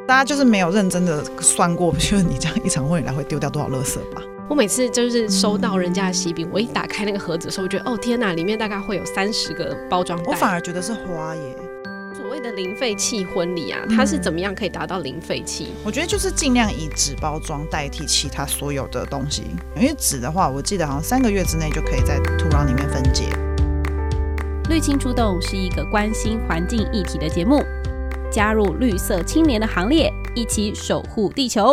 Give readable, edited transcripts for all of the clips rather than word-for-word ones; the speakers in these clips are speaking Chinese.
大家就是没有认真的算过，就是你这样一场婚礼来会丢掉多少垃圾吧。 我每次就是收到人家的喜饼，我一打开那个盒子的时候，我觉得哦天哪，里面大概会有30个包装袋。 我反而觉得是花耶。 所谓的零废弃婚礼啊，它是怎么样可以达到零废弃？ 我觉得就是尽量以纸包装代替其他所有的东西，因为纸的话，我记得好像3个月之内就可以在土壤里面分解。 绿青出动是一个关心环境议题的节目，加入绿色青年的行列，一起守护地球。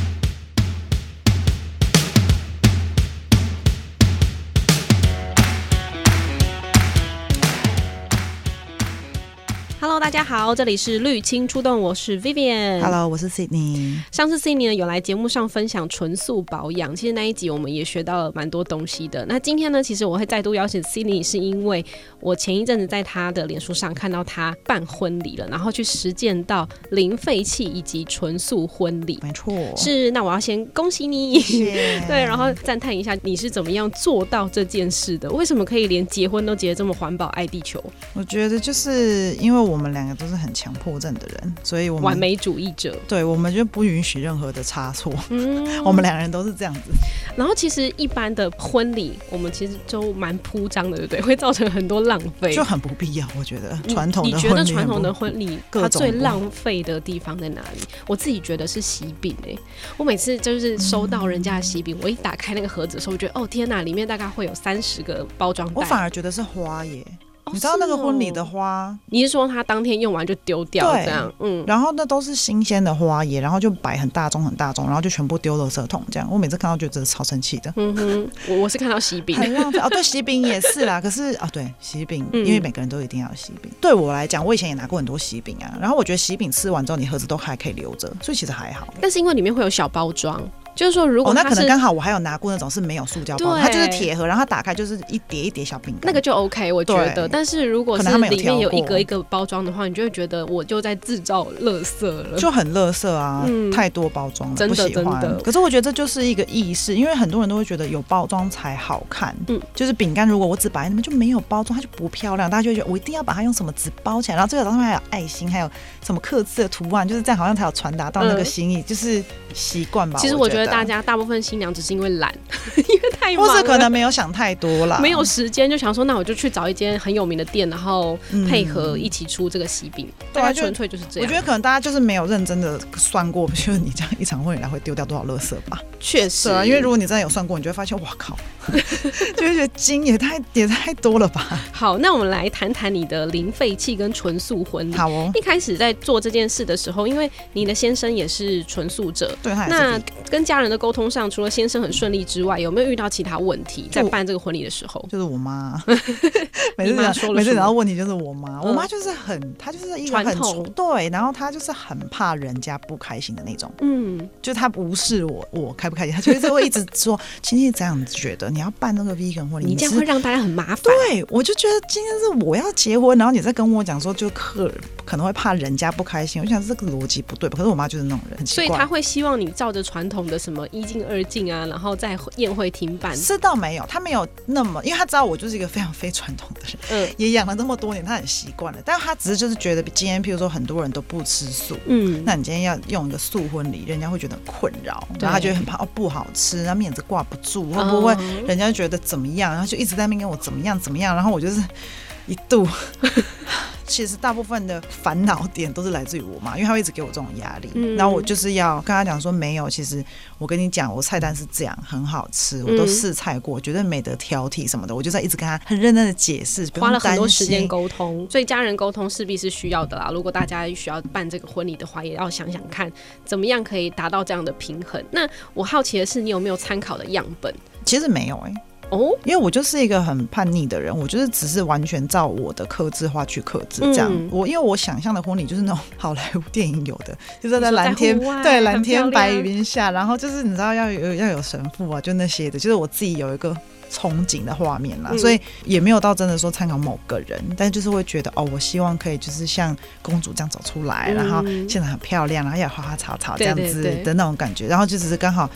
Hello， 大家好，这里是绿青出动，我是 Vivian。Hello， 我是 Sydney。 上次 Sydney 呢有来节目上分享纯素保养，其实那一集我们也学到了蛮多东西的。那今天呢，其实我会再度邀请 Sydney， 是因为我前一阵子在他的脸书上看到他办婚礼了，然后去实践到零废弃以及纯素婚礼。 没错， 是。那我要先恭喜你， 谢对，然后赞叹一下你是怎么样做到这件事的？为什么可以连结婚都结得这么环保、爱地球？ 我觉得就是因为我们两个都是很强迫症的人，所以我们完美主义者， 对，我们就不允许任何的差错。我们两个人都是这样子。 然后其实一般的婚礼，我们其实都蛮铺张的，对不对？会造成很多浪费， 就很不必要。我觉得传统的婚礼， 你觉得传统的婚礼它最浪费的地方在哪里？我自己觉得是喜饼我每次就是收到人家的喜饼，我一打开那个盒子的时候，我觉得哦天哪，里面大概会有30个包装袋。 我反而觉得是花耶。你知道那个婚礼的花， 你是说他当天用完就丢掉这样？ 然后那都是新鲜的花叶，然后就摆很大宗很大宗，然后就全部丢垃圾桶这样。我每次看到觉得超生气的。 我是看到喜饼很浪费哦，对，喜饼也是啦。可是对，喜饼，因为每个人都一定要有喜饼。对我来讲，我以前也拿过很多喜饼啊，然后我觉得喜饼吃完之后，你盒子都还可以留着，所以其实还好。 但是因为里面会有小包装。就是说，如果那可能刚好我还有拿过那种是没有塑胶包，它就是铁盒，然后它打开就是一叠一叠小饼干， 那个就 OK， 我觉得。但是如果是里面有一个一个包装的话，你就会觉得我就在制造垃圾了， 就很垃圾啊，太多包装了， 真的不喜欢。真的。可是我觉得这就是一个意识，因为很多人都会觉得有包装才好看。就是饼干，如果我只摆在那边就没有包装，它就不漂亮，大家就会觉得我一定要把它用什么纸包起来，然后最后上面还有爱心，还有什么刻字的图案，就是这样，好像才有传达到那个心意，就是习惯吧。 其实我觉得大部分新娘只是因为懒，因为太忙了， 或是可能没有想太多啦， 没有时间，就想说那我就去找一间很有名的店，然后配合一起出这个喜饼，大概纯粹就是这样。 我觉得可能大家就是没有认真的算过，就是你这样一场婚礼来会丢掉多少垃圾吧。 确实， 因为如果你真的有算过，你就会发现，哇靠，就会觉得金也太多了吧。 好，那我们来谈谈你的零废弃跟纯素婚礼。 好哦， 一开始在做这件事的时候，因为你的先生也是纯素者， 对， 那跟家人的沟通上，除了先生很顺利之外，有没有遇到其他问题？在办这个婚礼的时候， 就是我妈，每次讲到问题就是我妈，我妈就是她就是一个很传统， 对，然后她就是很怕人家不开心的那种，就是她无视我开不开心，她就是会一直说，亲戚这样子觉得你要办那个 vegan 婚礼， 你这样会让大家很麻烦。 对，我就觉得今天是我要结婚，然后你在跟我讲说，就可能会怕人家不开心，我想这个逻辑不对吧？可是我妈就是那种人，很奇怪， 所以她会希望你照着传统的什么1敬2敬啊，然后在宴会厅办。 是倒没有，她没有那么，因为她知道我就是一个非常非传统的人，也养了这么多年，她很习惯了。但她只是就是觉得今天，譬如说很多人都不吃素，那你今天要用一个素婚礼，人家会觉得很困扰，然后她就会很怕不好吃，然后面子挂不住，会不会人家觉得怎么样，然后就一直在那边跟我怎么样怎么样，然后我就是一度。其实大部分的烦恼点都是来自于我妈，因为她会一直给我这种压力，然后我就是要跟她讲说，没有，其实我跟你讲，我菜单是这样，很好吃，我都试菜过，绝对没得挑剔什么的，我就在一直跟她很认真的解释， 花了很多时间沟通，所以家人沟通势必是需要的啦。如果大家需要办这个婚礼的话，也要想想看怎么样可以达到这样的平衡。那我好奇的是，你有没有参考的样本？ 其实没有因为我就是一个很叛逆的人，我就是只是完全照我的客制化去客制这样。因为我想象的婚礼就是那种好莱坞电影有的，就是在蓝天对蓝天白云下，然后就是你知道要有神父啊，就那些的，就是我自己有一个憧憬的画面啦，所以也没有到真的说参考某个人，但就是会觉得我希望可以就是像公主这样走出来，然后现在很漂亮，然后也有花花草草这样子的那种感觉，然后就只是刚好。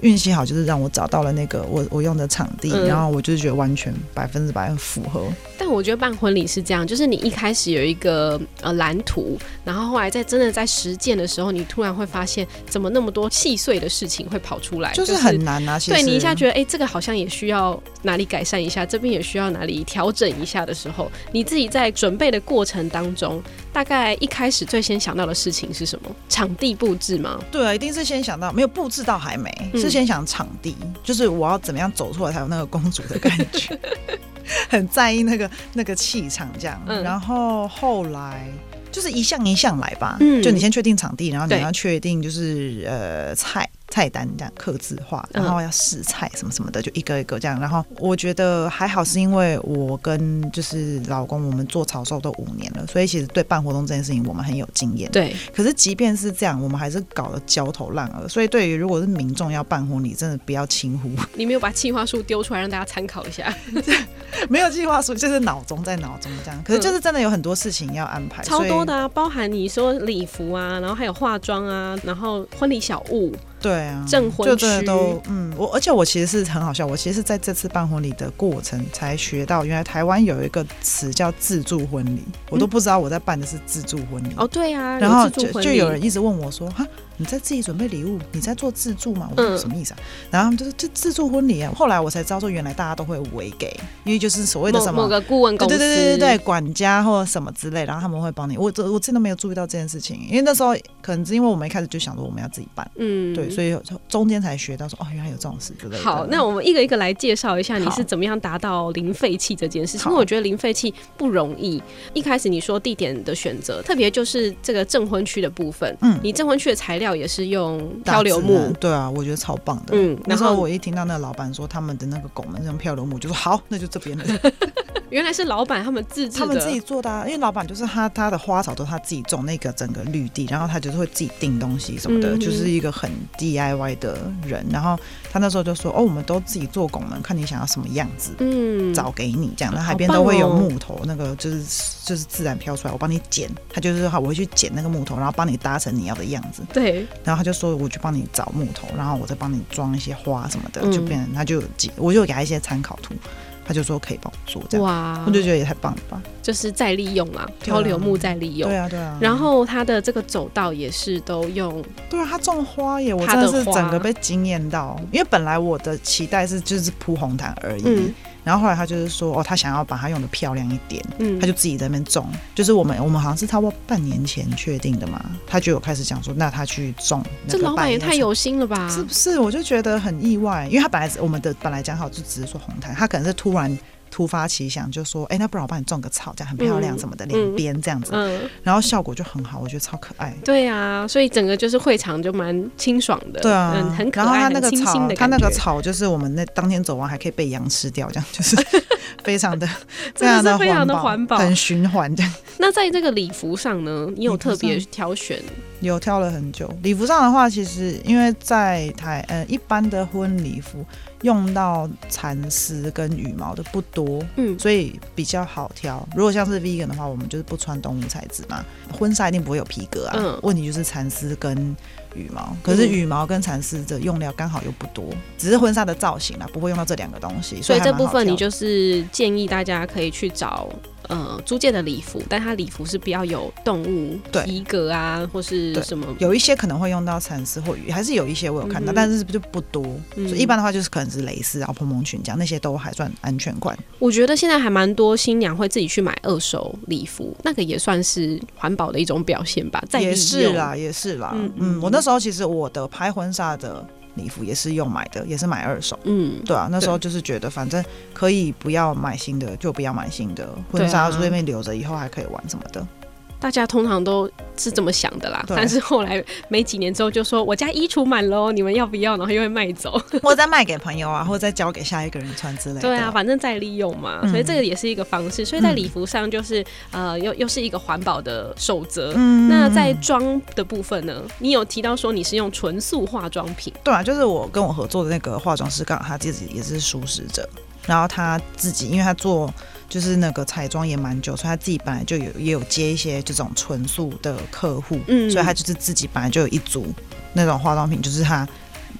运气好，就是让我找到了那个我用的场地，然后我就是觉得完全100%符合。 但我觉得办婚礼是这样，就是你一开始有一个蓝图，然后后来真的在实践的时候，你突然会发现怎么那么多细碎的事情会跑出来， 就是很难啊。其实对你一下觉得这个好像也需要哪里改善一下，这边也需要哪里调整一下的时候，你自己在准备的过程当中，大概一开始最先想到的事情是什么？场地布置吗？ 对啊，一定是先想到，没有布置到还没，是先想场地，就是我要怎么样走出来才有那个公主的感觉。很在意那个气场这样，然后后来就是一项一项来吧，就你先确定场地，然后你要确定就是菜单这样客制化，然后要试菜什么什么的，就一个一个这样。然后我觉得还好，是因为我跟就是老公我们做炒售都5年了，所以其实对办活动这件事情我们很有经验。 对。 可是即便是这样，我们还是搞得焦头烂额。所以对于如果是民众要办婚礼，真的不要轻忽。 你没有把计划书丢出来让大家参考一下？ 没有计划书，就是脑中这样。可是就是真的有很多事情要安排， 超多的啊，包含你说礼服啊，然后还有化妆啊，然后婚礼小物。 对啊， 证婚区就真的都而且我其实是很好笑，我其实是在这次办婚礼的过程才学到，原来台湾有一个词叫自助婚礼，我都不知道我在办的是自助婚礼。 哦，对啊， 然后就有人一直问我说，哈，你在自己准备礼物，你在做自助吗？我说什么意思啊？然后他们就是自助婚礼啊。后来我才知道说，原来大家都会委给，因为就是所谓的什么某个顾问公司， 对，管家或者什么之类，然后他们会帮你。我真的没有注意到这件事情，因为那时候可能是因为我们一开始就想说我们要自己办，对。所以中间才学到说原来有这种事之类的。 好，那我们一个一个来介绍一下你是怎么样达到零废弃这件事情，因为我觉得零废弃不容易。一开始你说地点的选择，特别就是这个证婚区的部分，你证婚区的材料也是用漂流木， 对啊，我觉得超棒的。那时候我一听到那个老板说他们的那个拱门用漂流木，就说好，那就这边了。 原来是老板他们自制的， 他们自己做的因为老板就是他的花草都他自己种那个整个绿地，然后他就是会自己订东西什么的，就是一个很 DIY 的人。然后他那时候就说我们都自己做拱门，看你想要什么样子，找给你这样。那海边都会有木头，那个就是自然飘出来，我帮你剪。他就是我会去剪那个木头，然后帮你搭成你要的样子。 对。 然后他就说我去帮你找木头，然后我再帮你装一些花什么的，就变成他就我就给他一些参考图。他就说可以帮我做这样，哇，我就觉得也太棒了吧， 就是再利用啦，漂流木再利用， 对啊。 然后他的这个走道也是都用， 对啊，他种花耶，我真的是整个被惊艳到，因为本来我的期待是就是铺红毯而已。然后后来他就是说他想要把它用的漂亮一点，他就自己在那边种。就是我们好像是差不多半年前确定的嘛，他就有开始讲说，那他去种那个。 这老板也太有心了吧？ 是不是？我就觉得很意外，因为他我们本来讲好就只是说红毯，他可能是突发奇想，就说那不然我帮你种个草，这样很漂亮什么的，两边这样子，然后效果就很好，我觉得超可爱。 对啊，所以整个就是会场就蛮清爽的， 对啊， 很可爱，很清新的感觉。 他那个草就是我们当天走完还可以被羊吃掉，这样就是非常的环保，很循环这样。 那在这个礼服上呢，你有特别挑选？ 有挑了很久。礼服上的话，其实因为在一般的婚礼服用到蚕丝跟羽毛的不多，所以比较好挑。如果像是 vegan 的话，我们就是不穿动物材质嘛，婚纱一定不会有皮革啊。问题就是蚕丝跟羽毛，可是羽毛跟蚕丝的用料刚好又不多，只是婚纱的造型啦，不会用到这2个东西。 所以这部分你就是建议大家可以去找租借的礼服，但它礼服是不要有动物皮革啊，或是什么。 有一些可能会用到蚕丝或羽，还是有一些我有看到，但是就不多。所以一般的话就是可能是蕾丝啊、蓬蓬裙这样，那些都还算安全款。 我觉得现在还蛮多新娘会自己去买2手礼服，那个也算是环保的一种表现吧。 也是啦。我那时候其实我的拍婚纱的礼服也是用买的，也是买2手。对啊，那时候就是觉得反正可以不要买新的就不要买新的，婚纱这边留着以后还可以玩什么的。 大家通常都是这么想的啦，但是后来没几年之后就说我家衣橱满了，你们要不要？然后又会卖走， 或再卖给朋友啊，或者再交给下一个人穿之类的。 对啊，反正再利用嘛，所以这个也是一个方式。所以在礼服上就是又是一个环保的守则。那在妆的部分呢，你有提到说你是用纯素化妆品。 对啊，就是我跟我合作的那个化妆师，刚好他自己也是素食者，然后他自己因为他做就是那个彩妆也蛮久，所以他自己本来就也有接一些这种纯素的客户，所以他就是自己本来就有一组那种化妆品，就是他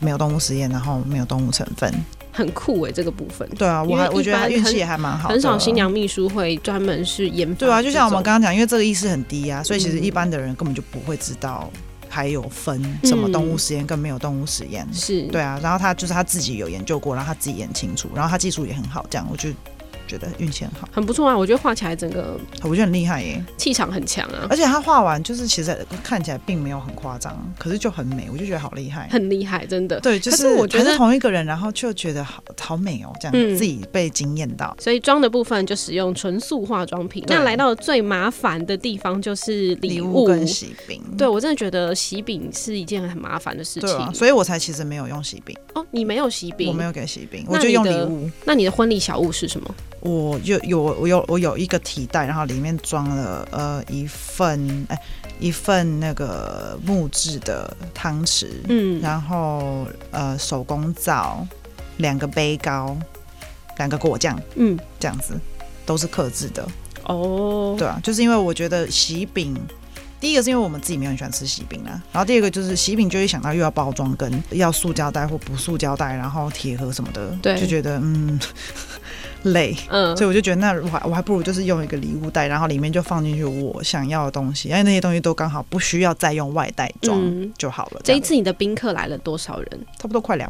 没有动物实验，然后没有动物成分。 很酷这个部分。 对啊，我觉得他运气也还蛮好的。 很少新娘秘书会专门是研发。 对啊，就像我们刚刚讲，因为这个意识很低啊，所以其实一般的人根本就不会知道还有分什么动物实验跟没有动物实验。 是， 对啊，然后他就是他自己有研究过，然后他自己也很清楚，然后他技术也很好，这样我就觉得运气很好， 很不错啊！我觉得画起来整个， 我觉得很厉害耶， 气场很强啊！ 而且他画完就是其实看起来并没有很夸张，可是就很美，我就觉得好厉害， 很厉害，真的。 对，就是我觉得同一个人，然后就觉得好美哦，这样、自己被惊艳到。 所以妆的部分就使用纯素化妆品。那来到最麻烦的地方就是礼物跟喜饼。 对，我真的觉得喜饼是一件很麻烦的事情， 对啊，所以我才其实没有用喜饼。 哦，你没有喜饼？ 我没有给喜饼，我就用礼物。 那你的婚礼小物是什么？ 我有一个提袋，然后里面装了一份那个木质的汤匙，然后手工皂，2个杯膏，2个果酱，这样子都是客制的。哦，对啊，就是因为我觉得喜饼。第一个是因为我们自己没有很喜欢吃喜饼啦，然后第二个就是喜饼就会想到又要包装跟要塑胶袋或不塑胶袋，然后铁盒什么的，对，就觉得累，所以我就觉得那我还不如就是用一个礼物袋，然后里面就放进去我想要的东西，因为那些东西都刚好不需要再用外袋装就好了。 这一次你的宾客来了多少人？ 差不多快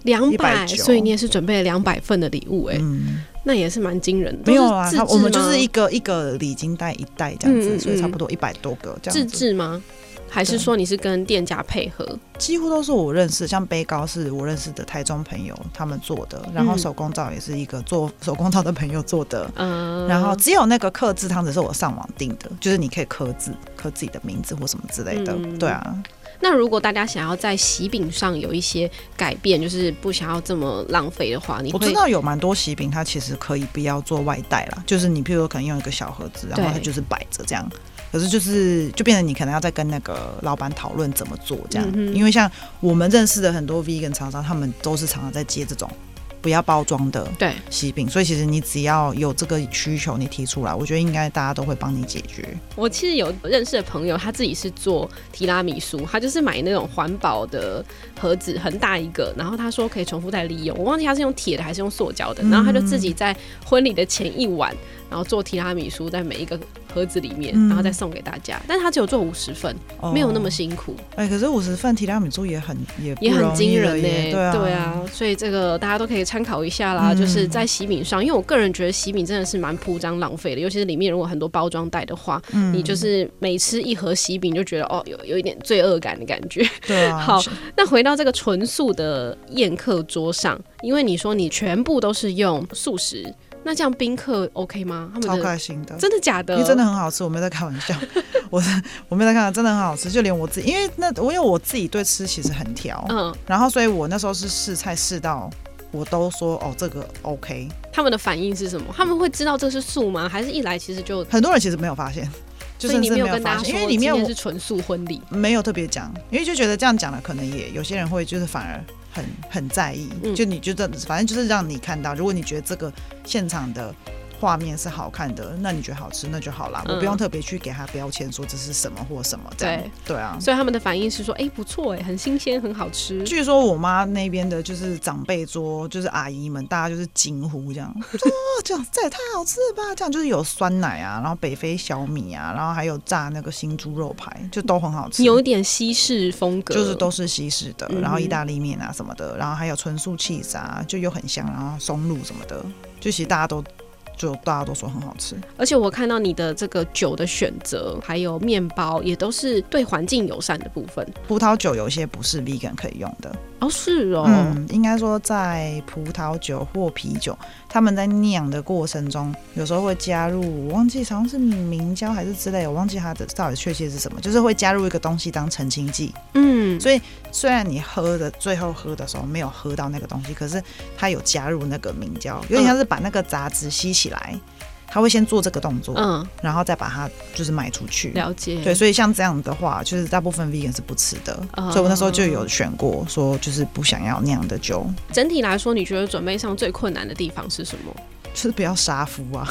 200，所以你也是准备了200份的礼物那也是蛮惊人的。 没有啊，我们就是一个礼金袋一袋这样子，所以差不多100多个这样子。 自制吗？还是说你是跟店家配合？ 几乎都是我认识，像杯膏是我认识的台中朋友他们做的，然后手工皂也是一个做手工皂的朋友做的，然后只有那个刻字汤只是我上网订的，就是你可以刻字，刻自己的名字或什么之类的，对啊。 那如果大家想要在喜饼上有一些改变，就是不想要这么浪费的话， 我知道有蛮多喜饼它其实可以不要做外带啦，就是你譬如说可能用一个小盒子，然后它就是摆着这样，可是就变成你可能要再跟那个老板讨论怎么做这样，因为像我们认识的很多 vegan 厂商，他们都是常常在接这种不要包装的喜饼，所以其实你只要有这个需求你提出来，我觉得应该大家都会帮你解决。 我其实有认识的朋友，他自己是做提拉米苏，他就是买那种环保的盒子，很大一个，然后他说可以重复再利用，我忘记他是用铁的还是用塑胶的，然后他就自己在婚礼的前一晚，然后做提拉米苏在每一个盒子里面，然后再送给大家，但是他只有做50份，没有那么辛苦。 可是50份提拉米苏也很惊人耶， 对啊，所以这个大家都可以参考一下啦。就是在喜饼上，因为我个人觉得喜饼真的是蛮铺张浪费的，尤其是里面如果很多包装袋的话，你就是每吃一盒喜饼就觉得有一点罪恶感的感觉。 对啊。 好，那回到这个纯素的宴客桌上，因为你说你全部都是用素食。那这样宾客 OK 吗？他们超开心的， 真的假的？ 因为真的很好吃，我没有在开玩笑，我没有在开玩笑，真的很好吃。就连我自己，因为我自己对吃其实很挑，然后所以我那时候是试菜试到我都说这个 OK。 他们的反应是什么？他们会知道这是素吗？还是一来其实就很多人其实没有发现？ 所以你没有跟大家说， 因为里面是纯素婚礼， 没有特别讲，因为就觉得这样讲了，可能也有些人会就是反而很在意，就你觉得反正就是让你看到，如果你觉得这个现场的画面是好看的，那你觉得好吃那就好啦，我不用特别去给他标签说这是什么或什么这样。对啊， 所以他们的反应是说不错很新鲜很好吃。 据说我妈那边的就是长辈桌，就是阿姨们大家就是惊呼这样这样这也太好吃了吧，这样就是有酸奶啊，然后北非小米啊，然后还有炸那个新猪肉排，就都很好吃， 有一点西式风格， 就是都是西式的，然后意大利面啊什么的，然后还有纯素cheese啊，就又很香，然后松露什么的，就其实大家都说很好吃。而且我看到你的这个酒的选择还有面包也都是对环境友善的部分。 葡萄酒有些不是 vegan 可以用的。 是哦。 应该说在葡萄酒或啤酒他们在酿的过程中有时候会加入，我忘记好像是明胶还是之类的，我忘记它的到底确切是什么，就是会加入一个东西当澄清剂。所以虽然你最后喝的时候没有喝到那个东西，可是它有加入那个明胶，有点像是把那个杂质吸起来，他会先做这个动作，然后再把它就是卖出去。 了解。 对，所以像这样的话，就是大部分 vegan 是不吃的，所以我那时候就有选过，说就是不想要那样的酒。 整体来说，你觉得准备上最困难的地方是什么？ 就是不要杀夫啊。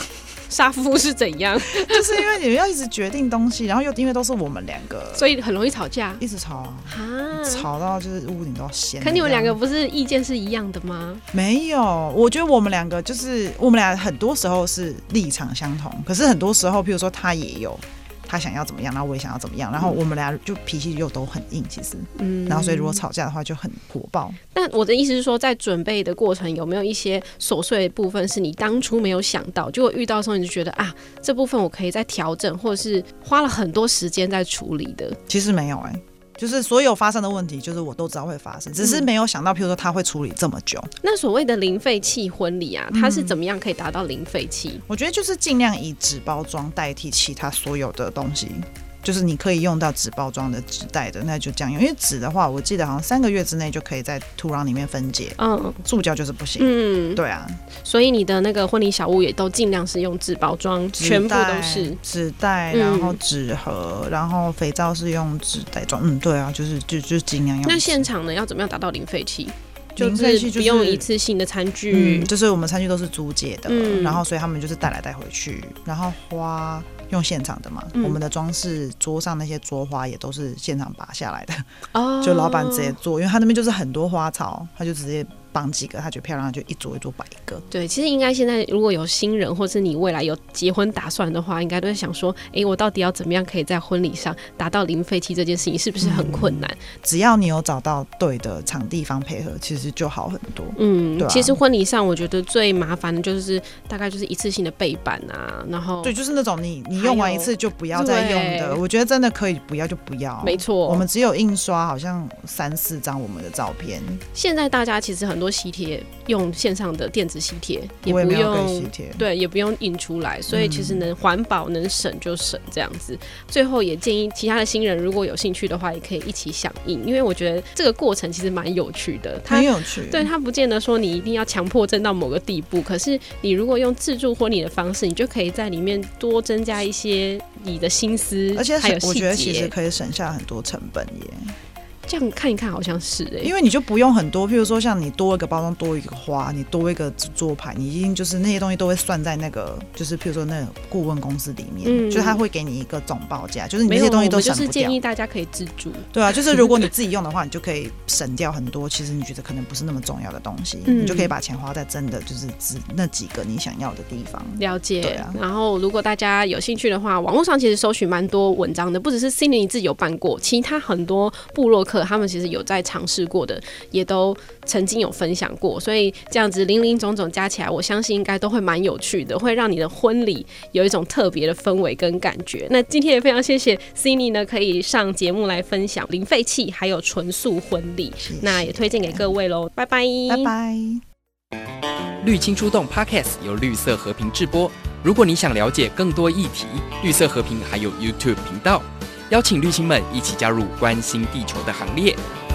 杀夫是怎样？ 就是因为你们要一直决定东西，然后又因为都是我们2个， 所以很容易吵架， 一直吵吵到就是屋顶都要掀。 可你们2个不是意见是一样的吗？ 没有，我觉得我们2个就是我们俩很多时候是立场相同，可是很多时候，譬如说他也有他想要怎么样，然后我也想要怎么样，然后我们俩就脾气又都很硬，其实，然后所以如果吵架的话就很火爆。 但我的意思是说，在准备的过程有没有一些琐碎的部分是你当初没有想到，结果遇到的时候你就觉得啊，这部分我可以再调整，或者是花了很多时间在处理的？ 其实没有就是所有发生的问题，就是我都知道会发生，只是没有想到，譬如说他会处理这么久。 那所谓的零废弃婚礼啊，它是怎么样可以达到零废弃？ 我觉得就是尽量以纸包装代替其他所有的东西。就是你可以用到纸包装的、纸袋的，那就这样用。因为纸的话，我记得好像3个月之内就可以在土壤里面分解，塑胶就是不行。对啊。 所以你的那个婚礼小物也都尽量是用纸包装，全部都是纸袋，然后纸盒，然后肥皂是用纸袋装。对啊，就是尽量用。 那现场呢，要怎么样达到零废弃？就是不用一次性的餐具， 就是我们餐具都是租借的，然后所以他们就是带来带回去，然后花用现场的嘛，我们的装饰桌上那些桌花也都是现场拔下来的，就老板直接做，因为他那边就是很多花草，他就直接绑几个，他觉得漂亮，就一桌一桌摆一个。 对，其实应该现在如果有新人，或是你未来有结婚打算的话，应该都会想说，我到底要怎么样可以在婚礼上达到零废弃这件事情，是不是很困难？ 只要你有找到对的场地方配合，其实就好很多。对啊， 其实婚礼上我觉得最麻烦的就是大概就是一次性的背板啊，然后对，就是那种你用完一次就不要再用的，我觉得真的可以不要就不要。 没错， 我们只有印刷好像3-4张我们的照片。 现在大家其实很多喜帖用线上的电子喜帖，也不用对，也不用印出来，所以其实能环保能省就省这样子。最后也建议其他的新人如果有兴趣的话，也可以一起响应，因为我觉得这个过程其实蛮有趣的， 很有趣。 对，它不见得说你一定要强迫症到某个地步，可是你如果用自助婚礼的方式，你就可以在里面多增加一些你的心思， 而且还有细节， 我觉得其实可以省下很多成本耶。 这样看一看好像是因为你就不用很多，譬如说像你多一个包装，多一个花，你多一个桌牌，你一定就是那些东西都会算在那个就是譬如说那个顾问公司里面，就是他会给你一个总报价，就是你那些东西都省不掉。我就是建议大家可以自助。 对啊，就是如果你自己用的话，你就可以省掉很多其实你觉得可能不是那么重要的东西，你就可以把钱花在真的就是那几个你想要的地方。 了解。 对啊。 然后如果大家有兴趣的话，网络上其实搜寻蛮多文章的，不只是 Cindy 自己有办过，其他很多部落客他们其实有在尝试过的，也都曾经有分享过，所以这样子林林总总加起来，我相信应该都会蛮有趣的，会让你的婚礼有一种特别的氛围跟感觉。那今天也非常谢谢 Cindy 呢，可以上节目来分享零废弃还有纯素婚礼，谢谢，那也推荐给各位咯，拜拜， 拜拜。 绿青出动 Podcast 由绿色和平制播。如果你想了解更多议题，绿色和平还有 YouTube 频道，邀请绿青们一起加入关心地球的行列。